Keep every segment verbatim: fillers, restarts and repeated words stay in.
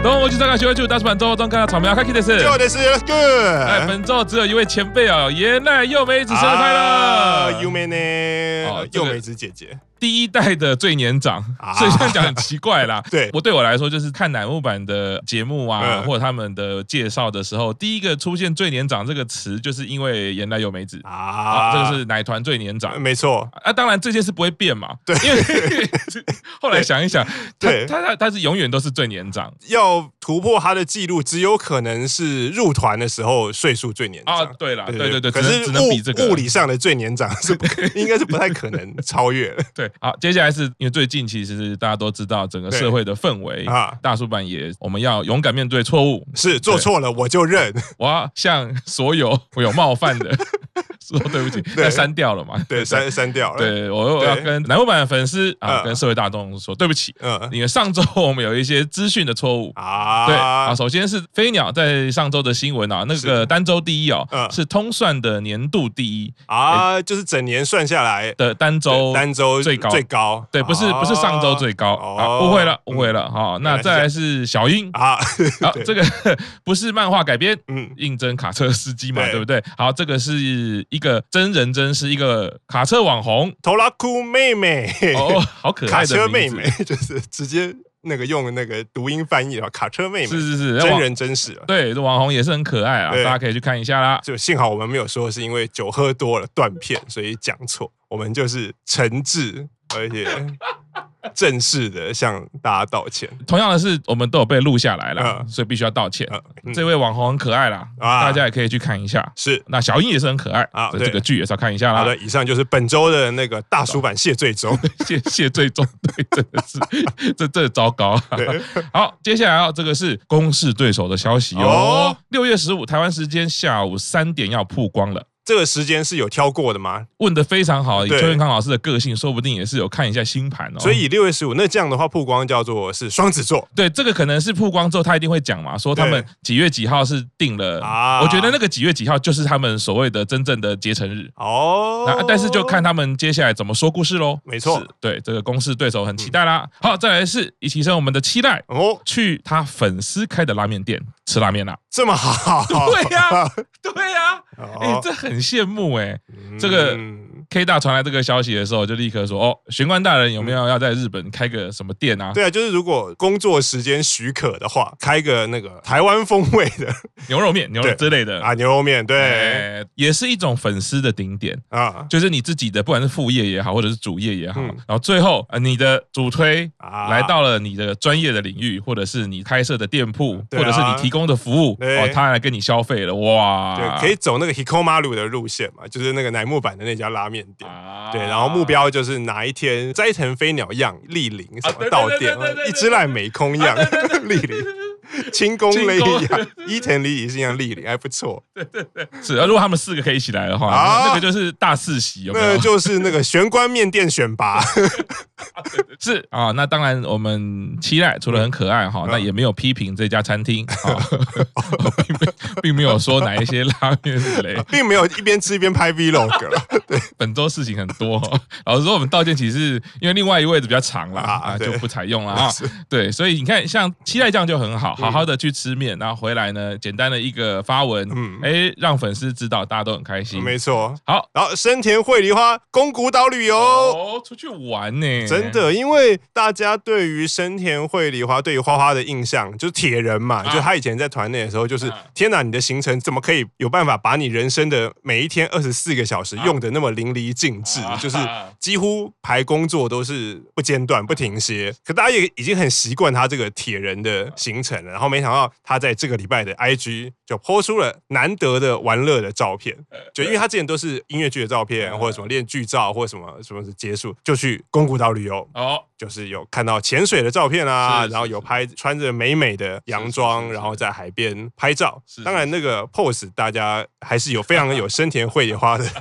どうも、我是大家喜欢就大叔版周中看到草莓开 K 的是， 就的是 Let's Go。 哎，本周只有一位前辈哦，原来柚梅子生日快乐！ 柚梅呢？柚梅子姐姐。 第一代的最年长，啊、所以这样讲很奇怪啦。 对我对我来说，就是看乃木坂的节目啊，嗯、或者他们的介绍的时候，第一个出现“最年长”这个词，就是因为原来有梅子啊，啊，这个是奶团最年长， 没错。 啊，当然这件事不会变嘛， 对， 因为后来想一想，对，他他他是永远都是最年长， 要突破他的记录，只有可能是入团的时候岁数最年长。 啊，对了，对对对， 可是只能比这个物理上的最年长是不应该是不太可能超越了。 对，好，接下来是因为最近其实大家都知道整个社会的氛围啊，大叔版也我们要勇敢面对错误， 是做错了我就认， 我要向所有我有冒犯的说对不起，那删掉了嘛？ 对，删删掉了。 对，我要跟乃木坂的粉丝啊，跟社会大众说对不起，嗯，因为上周我们有一些资讯的错误啊，对啊，首先是飞鸟在上周的新闻啊，那个单周第一哦，是通算的年度第一啊，就是整年算下来的单周单周最高最高， 对，不是不是上周最高啊，误会了误会了哈。那再来是小樱啊，好，这个不是漫画改编，嗯，应征卡车司机嘛，对不对？好，这个是一个真人真事，一个卡车网红头拉库妹妹哦，好可爱的名字， 卡车妹妹就是直接那个用那个读音翻译的卡车妹妹， 是是是， 真人真事， 对，网红也是很可爱啊，大家可以去看一下啦。 就幸好我们没有说是因为酒喝多了断片，所以讲错，我们就是诚挚而且正式的向大家道歉。 同样的是，我们都有被录下来了，嗯、所以必须要道歉。嗯、这位网红很可爱啦，啊、大家也可以去看一下。是，那小樱也是很可爱啊，这个剧也是要看一下啦。 好的，以上就是本周的那个大叔版谢罪中， 谢谢罪中，对，真的是这这糟糕、啊。好，接下来啊，这个是公示对手的消息哦。六、哦、月十五，台湾时间下午三点要曝光了。 这个时间是有挑过的吗？ 问得非常好，以邱元康老师的个性，说不定也是有看一下星盘哦。 所以六月十五，那这样的话，曝光叫做是双子座。 对，这个可能是曝光之后，他一定会讲嘛，说他们几月几号是定了。啊，我觉得那个几月几号就是他们所谓的真正的结成日哦。那但是就看他们接下来怎么说故事喽。 没错， 对这个公示对手很期待啦。嗯、好，再来是一起升我们的期待哦，去他粉丝开的拉面店吃拉面啦。 这么好？ 对呀、啊，对呀、啊。哎、欸，这很羡慕哎、欸！嗯、这个 K 大传来这个消息的时候，就立刻说：“哦，玄关大人有没有要在日本开个什么店啊？” 对啊，就是如果工作时间许可的话，开个那个台湾风味的牛肉面、牛肉之类的啊，牛肉面对、 欸，也是一种粉丝的顶点啊，就是你自己的，不管是副业也好，或者是主业也好，嗯、然后最后啊，你的主推啊来到了你的专业的领域，或者是你开设的店铺，啊、或者是你提供的服务，哦，他来跟你消费了，哇， 对，可以走那个 Hikomaru 的路线嘛，就是那个乃木坂的那家拉面店，啊、对，然后目标就是哪一天斋藤飞鸟样莅临什么到店，一只濑美空样莅临。轻功雷一样，伊藤里也是一样莅临，还不错。 对对对，是。如果他们四个可以一起来的话，啊、那个就是大四喜，有没有？ 那就是那个玄关面店选拔。 是啊，那当然我们期待除了很可爱哈，嗯、那也没有批评这家餐厅啊，并没并没有说哪一些拉面是雷， 并没有一边吃一边拍 vlog。对， 本周事情很多，老实说，我们道歉其实因为另外一位的比较长啦，啊，就不采用了啊。对，所以你看，像期待酱就很好。好好的去吃面，然后回来呢，简单的一个发文，嗯，哎，让粉丝知道，大家都很开心。 没错， 好， 然后生田绘梨花宫古岛旅游， 哦，出去玩呢， 真的，因为大家对于生田绘梨花对于花花的印象就是铁人嘛，啊、就他以前在团内的时候，就是、啊、天哪，你的行程怎么可以有办法把你人生的每一天二十四个小时用的那么淋漓尽致，啊、就是几乎排工作都是不间断不停歇。可大家也已经很习惯他这个铁人的行程了。然后没想到他在这个礼拜的 I G 就 po 出了难得的玩乐的照片，就因为他之前都是音乐剧的照片，或者什么练剧照，或者什么什么结束就去宫古岛旅游哦，就是有看到潜水的照片啊，然后有拍穿着美美的洋装，然后在海边拍照。当然那个 pose 大家还是有非常有生田绘梨花的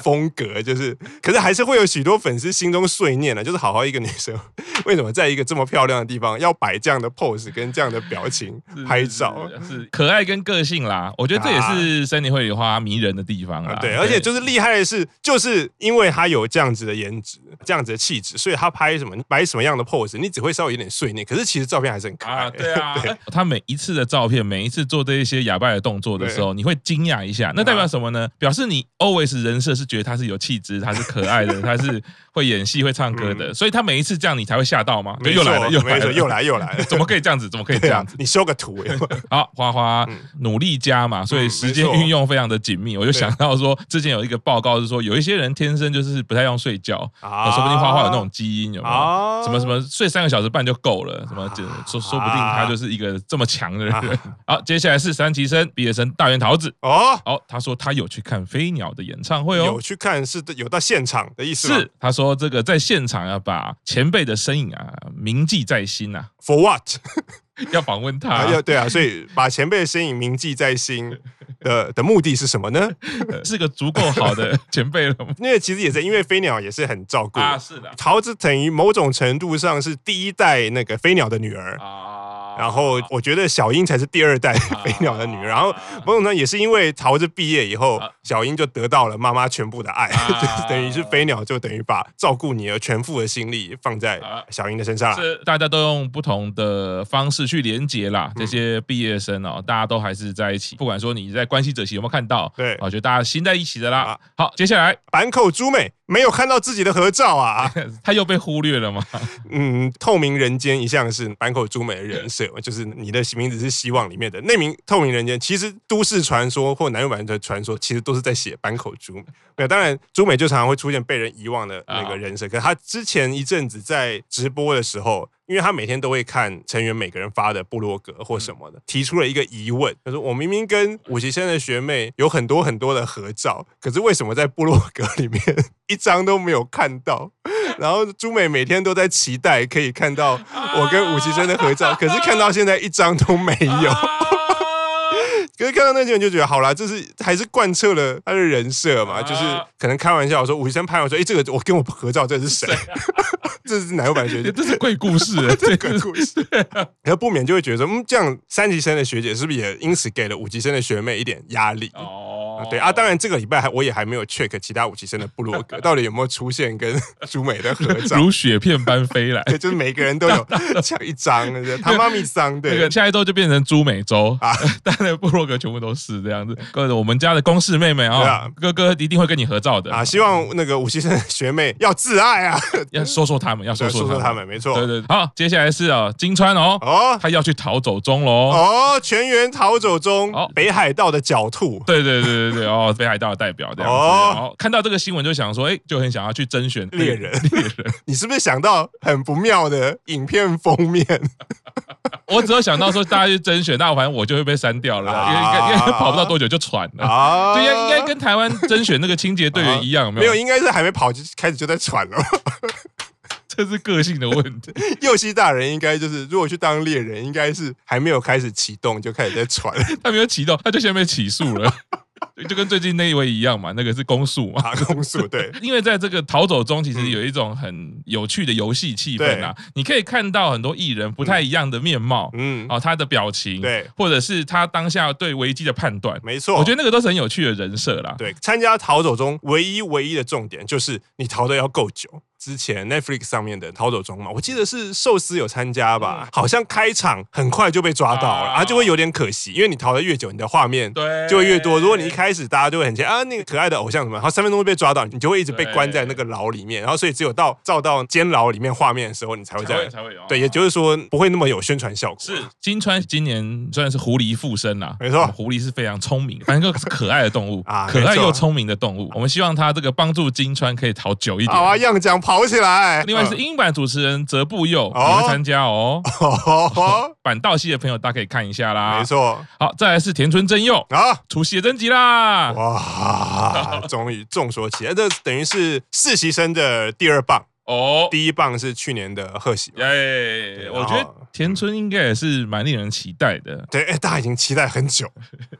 风格，就是，可是还是会有许多粉丝心中碎念的，就是好好一个女生，为什么在一个这么漂亮的地方要摆这样的 pose 跟这样的表情拍照？ 是, 是, 是可爱跟个性啦，我觉得这也是森田绘里花迷人的地方啦。 啊、对，而且就是厉害的是，就是因为她有这样子的颜值，这样子的气质，所以她拍什么摆什么样的 pose， 你只会稍微有点碎念，可是其实照片还是很可爱。啊对啊，她每一次的照片，每一次做这一些哑巴的动作的时候，你会惊讶一下，那代表什么呢？表示你 always 人设是觉得她是有气质，她是可爱的，她是会演戏、会唱歌的，嗯、所以她每一次这样，你才会吓到吗？又来了，又来了， 又来又来了， 怎么可以这样子？怎么可以这样子？ 啊、你修个图好，花花努力加嘛，所以时间运用非常的紧密。我就想到说，之前有一个报告是说，有一些人天生就是不太用睡觉，啊、说不定花花有那种基因，有没有？啊、什么什么睡三个小时半就够了，什么就说说不定他就是一个这么强的人。啊、好，接下来是三期生毕业生大原桃子哦，哦，他说他有去看飞鸟的演唱会哦， 有去看是有到现场的意思吗？ 是，他说这个在现场要把前辈的身影啊铭记在心啊。 For what？ 要访问他、啊， 要对啊，所以把前辈的身影铭记在心的的目的是什么呢？ 是个足够好的前辈了吗？ 因为其实也是因为飞鸟也是很照顾啊，是的， 桃子等于某种程度上是第一代那个飞鸟的女儿啊。然后我觉得小英才是第二代飞鸟的女儿，然后某种程度也是因为桃子毕业以后，小英就得到了妈妈全部的爱，就是等于是飞鸟就等于把照顾女儿全副的心力放在小英的身上。 是大家都用不同的方式去连结啦，这些毕业生哦，大家都还是在一起，不管说你在关系者席有没有看到， 对， 我觉得大家心在一起的啦。好，接下来坂口朱美没有看到自己的合照啊， 他又被忽略了吗？ 嗯，透明人间一向是坂口朱美的人设，就是你的名字是希望里面的那名透明人间，其实都市传说或南游版的传说，其实都是在写坂口朱美。没有，当然朱美就常常会出现被人遗忘的那个人设，可是他之前一阵子在直播的时候，因为他每天都会看成员每个人发的部落格或什么的，提出了一个疑问，就是我明明跟五期生的学妹有很多很多的合照，可是为什么在部落格里面一张都没有看到？然后朱美每天都在期待可以看到我跟五期生的合照，可是看到现在一张都没有。可是看到那些人就觉得好啦，这是还是贯彻了他的人设嘛，就是可能开玩笑说五期生拍完说，哎，这个我跟我合照这是谁？这是哪有版学姐？ 这是鬼故事， 这是鬼故事。然后不免就会觉得说，嗯，这样三级生的学姐是不是也因此给了五级生的学妹一点压力？哦，对啊，当然这个礼拜还我也还没有 check 其他五级生的部落格到底有没有出现跟朱美的合照， 如雪片般飞来， 对，就是每个人都有抢一张。他妈咪桑，对， 那个下一周就变成朱美周啊，但那个部落格全部都是这样子。哥，我们家的公室妹妹啊，哥哥一定会跟你合照的啊。希望那个五级生的学妹要自爱啊， 要说说他们。要说说 他, 说说他们，没错。 对对，好，接下来是哦，金川哦，哦，他要去逃走中喽。 哦，全员逃走中。哦，北海道的狡兔。 对对对对对，哦，北海道的代表这样子。哦，然后看到这个新闻就想说，哎，就很想要去甄选猎人。 猎人， 你是不是想到很不妙的影片封面？ 我只有想到说大家去甄选，那反正我就会被删掉了，因为应该跑不到多久就传了。啊，对呀，应该跟台湾甄选那个清洁队员一样，有没有？ 没有，应该是还没跑就开始就在传了。 这是个性的问题。 右西大人应该就是，如果去当猎人，应该是还没有开始启动就开始在传。 他没有启动，他就先被起诉了。就跟最近那一位一样嘛，那个是公诉嘛， 啊，公诉对。 因为在这个逃走中，其实有一种很有趣的游戏气氛啊，你可以看到很多艺人不太一样的面貌，嗯，哦，他的表情，对，或者是他当下对危机的判断， 没错， 我觉得那个都是很有趣的人设啦。 对，参加逃走中唯一唯一的重点就是你逃得要够久。之前 Netflix 上面的逃走中嘛，我记得是寿司有参加吧，好像开场很快就被抓到了，然后就会有点可惜，因为你逃得越久，你的画面就会越多。如果你一开始大家就会很期待啊，那个可爱的偶像什么，然后三分钟就被抓到，你就会一直被关在那个牢里面，然后所以只有到照到监牢里面画面的时候，你才会在才会对，也就是说不会那么有宣传效果。 是金川今年虽然是狐狸附身啦， 没错， 狐狸是非常聪明，反正就是可爱的动物啊，可爱又聪明的动物。我们希望他这个帮助金川可以逃久一点。 好啊，样奖跑起来。 另外是英版主持人泽部佑也会参加哦，板道系的朋友大家可以看一下啦。 没错， 好，再来是田村真佑啊，出写真集啦， 哇，终于众说起来，这等于是实习生的第二棒。哦，第一棒是去年的贺喜， 哎，我觉得田村应该也是蛮令人期待的。 对，哎，大家已经期待很久，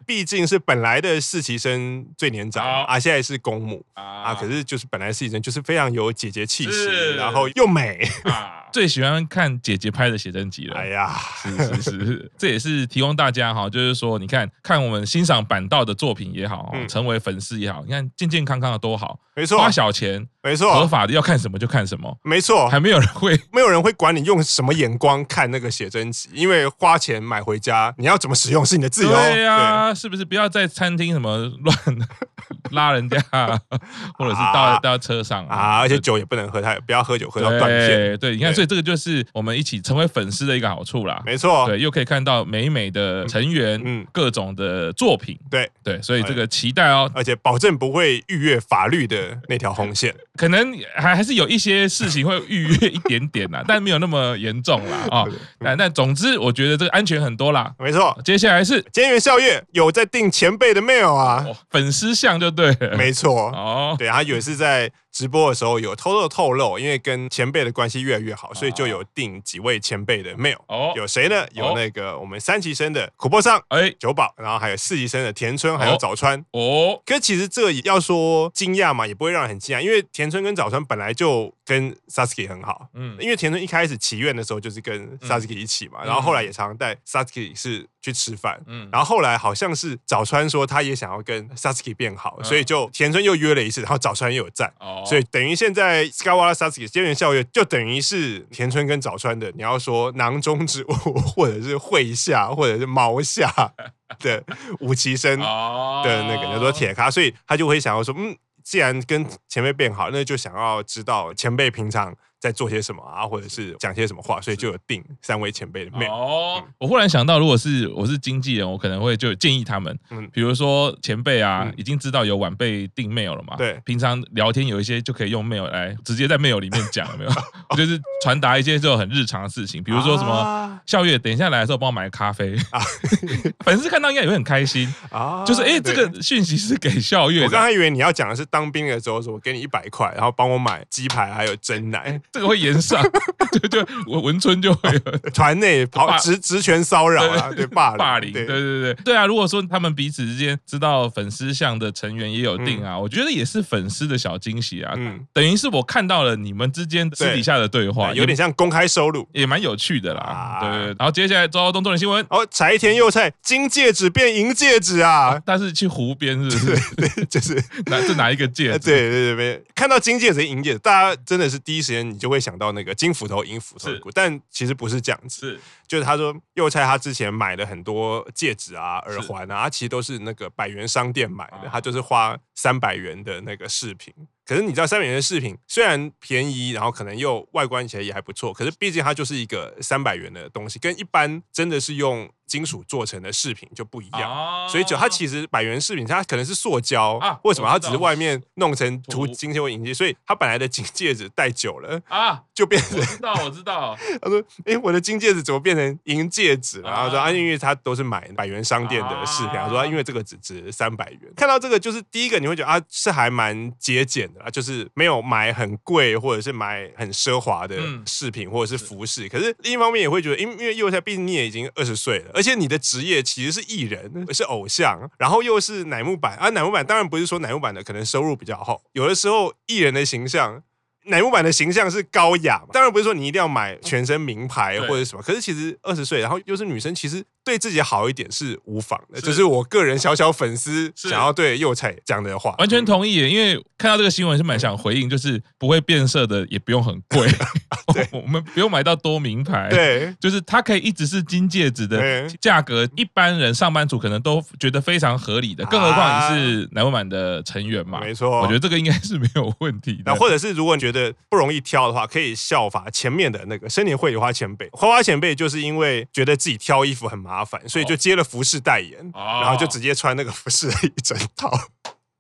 毕竟是本来的实习生最年长啊，现在是公母啊，可是就是本来实习生就是非常有姐姐气息，然后又美啊。最喜欢看姐姐拍的写真集了。 哎呀， 是是是，这也是提供大家哈，就是说，你看看我们欣赏板道的作品也好，嗯、成为粉丝也好，你看健健康康的多好， 没错， 花小钱， 没错， 合法的要看什么就看什么， 没错， 还没有人会， 没有人会管你用什么眼光看那个写真集，因为花钱买回家，你要怎么使用是你的自由。 对呀、啊，是不是？不要在餐厅什么乱拉人家，或者是到、啊、到车上 啊, 啊，而且酒也不能喝太，不要喝酒喝到断片。 对，你看，所以这个就是我们一起成为粉丝的一个好处啦。 没错， 对，又可以看到美美的成员，嗯，各种的作品。 对对，所以这个期待哦， 而且保证不会逾越法律的那条红线。 可能还还是有一些事情会逾越一点点啦，但没有那么严重啦啊。但但总之，我觉得这个安全很多啦。 没错， 接下来是菅原孝月有在订前辈的 mail 啊， 哦、粉丝像就对了。 没错，哦，对，他有一次在直播的时候有偷偷透露，因为跟前辈的关系越来越好，所以就有订几位前辈的 mail。哦，有谁呢？有那个我们三期生的苦波上，哎，久保，然后还有四期生的田村，还有早川。哦，可其实这要说惊讶嘛，也不会让人很惊讶，因为田村跟早川本来就跟 Sasuke 很好。嗯，因为田村一开始祈愿的时候就是跟 Sasuke 一起嘛，嗯、然后后来也常常带 Sasuke 是去吃饭。嗯，然后后来好像是早川说他也想要跟 Sasuke 变好，嗯、所以就田村又约了一次，然后早川又有在。哦。所以等于现在 Sukawara Sasuke 菅原孝月就等于是田村跟早川的，你要说囊中之物，或者是麾下，或者是毛下的五期生的那个叫做铁咖，所以他就会想要说，嗯，既然跟前辈变好，那就想要知道前辈平常在做些什么啊，或者是讲些什么话，所以就有订三位前辈的 mail。哦， 嗯、我忽然想到，如果是我是经纪人，我可能会就建议他们，嗯，比如说前辈啊，嗯、已经知道有晚辈订 mail 了嘛， 对， 平常聊天有一些就可以用 mail 来直接在 mail 里面讲，有没有？就是传达一些这种很日常的事情，比如说什么孝月，等一下来的时候帮我买咖啡，啊、粉丝看到应该也会很开心啊，就是哎，这个讯息是给孝月的。 我刚才以为你要讲的是当兵的时候，说我给你一百块，然后帮我买鸡排还有珍奶。 这个会延上，对对，文春就会团内跑职职权骚扰啊，对霸凌霸凌，对对对对啊！如果说他们彼此之间知道粉丝向的成员也有订啊，我觉得也是粉丝的小惊喜啊，等于是我看到了你们之间私底下的对话， 有点像公开收录， 也蛮有趣的啦。对，然后接下来周东重点新闻， 哦，柴田佑菜金戒指变银戒指啊， 但是去湖边是不是？ 对，就是哪是哪一个戒指？ 对对对，看到金戒指、银戒指，大家真的是第一时间你就会想到那个金斧头、银斧头的股，但其实不是这样子。 是， 就是他说佑菜他之前买了很多戒指啊、耳环啊，他其实都是那个百元商店买的，他就是花三百元的那个饰品。可是你知道三百元的饰品虽然便宜，然后可能又外观起来也还不错，可是毕竟它就是一个三百元的东西，跟一般真的是用金属做成的饰品就不一样。哦、所以就它其实百元饰品它可能是塑胶，啊、为什么它只是外面弄成涂金线或银戒？所以它本来的金戒指戴久了啊，就变成我知道我知道。 他说：“哎、欸，我的金戒指怎么变成银戒指了？”然后说：“啊，因为他都是买百元商店的饰品。”他说：“因为这个只值三百元。”看到这个就是第一个你会觉得啊，是还蛮节俭的。就是没有买很贵或者是买很奢华的饰品或者是服饰，嗯、可是另一方面也会觉得，因为因为佑菜毕竟你也已经二十岁了，而且你的职业其实是艺人，是偶像，然后又是乃木坂啊，乃木坂当然不是说乃木坂的可能收入比较好，有的时候艺人的形象。乃木坂的形象是高雅，当然不是说你一定要买全身名牌或者什么，可是其实二十岁，然后又是女生，其实对自己好一点是无妨的。这 是, 是我个人小小粉丝想要对佑菜讲的话， 完全同意耶。因为看到这个新闻是蛮想回应，就是不会变色的，也不用很贵，我们不用买到多名牌， 对， 就是它可以一直是金戒指的价格，一般人上班族可能都觉得非常合理的，更何况你是乃木坂的成员嘛， 没错， 我觉得这个应该是没有问题的。 或者是如果你觉得觉得不容易挑的话，可以效法前面的那个生年会里花前辈。花花前辈就是因为觉得自己挑衣服很麻烦，所以就接了服饰代言，哦、然后就直接穿那个服饰的一整套。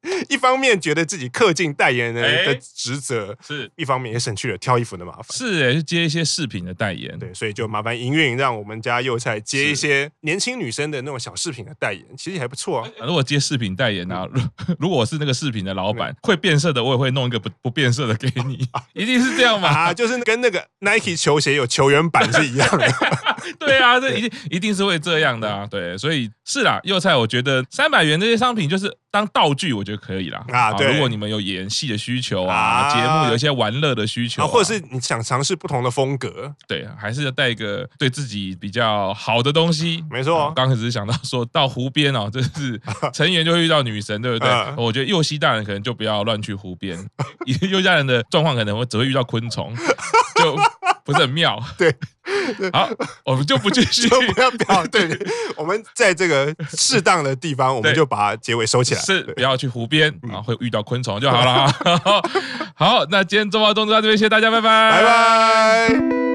一方面觉得自己恪尽代言人的职责， 是一方面也省去了挑衣服的麻烦。 是哎，就接一些饰品的代言， 对，所以就麻烦营运让我们家幼菜接一些年轻女生的那种小饰品的代言，其实也还不错啊。 如果接饰品代言啊，如果我是那个饰品的老板，会变色的我也会弄一个不不变色的给你，一定是这样嘛？ 啊，就是跟那个 Nike 球鞋有球员版是一样的。 对啊，这一定一定是会这样的啊。对，所以是啦，幼菜我觉得三百元这些商品就是当道具，我觉得可以啦。啊，对，如果你们有演戏的需求啊，啊节目有一些玩乐的需求、啊啊， 或者是你想尝试不同的风格， 对，还是要带一个对自己比较好的东西。 没错、哦， 刚开始想到说到湖边哦，这是成员就会遇到女神，对不对？啊、我觉得幼熙大人可能就不要乱去湖边，幼熙大人的状况可能会只会遇到昆虫，就不是很妙。 对。 好，我们就不继续， 就不要不要，对，我们在这个适当的地方，我们就把结尾收起来， 是不要去湖边啊，会遇到昆虫就好了。好，那今天周报动作到这边，谢谢大家，拜拜， 拜拜。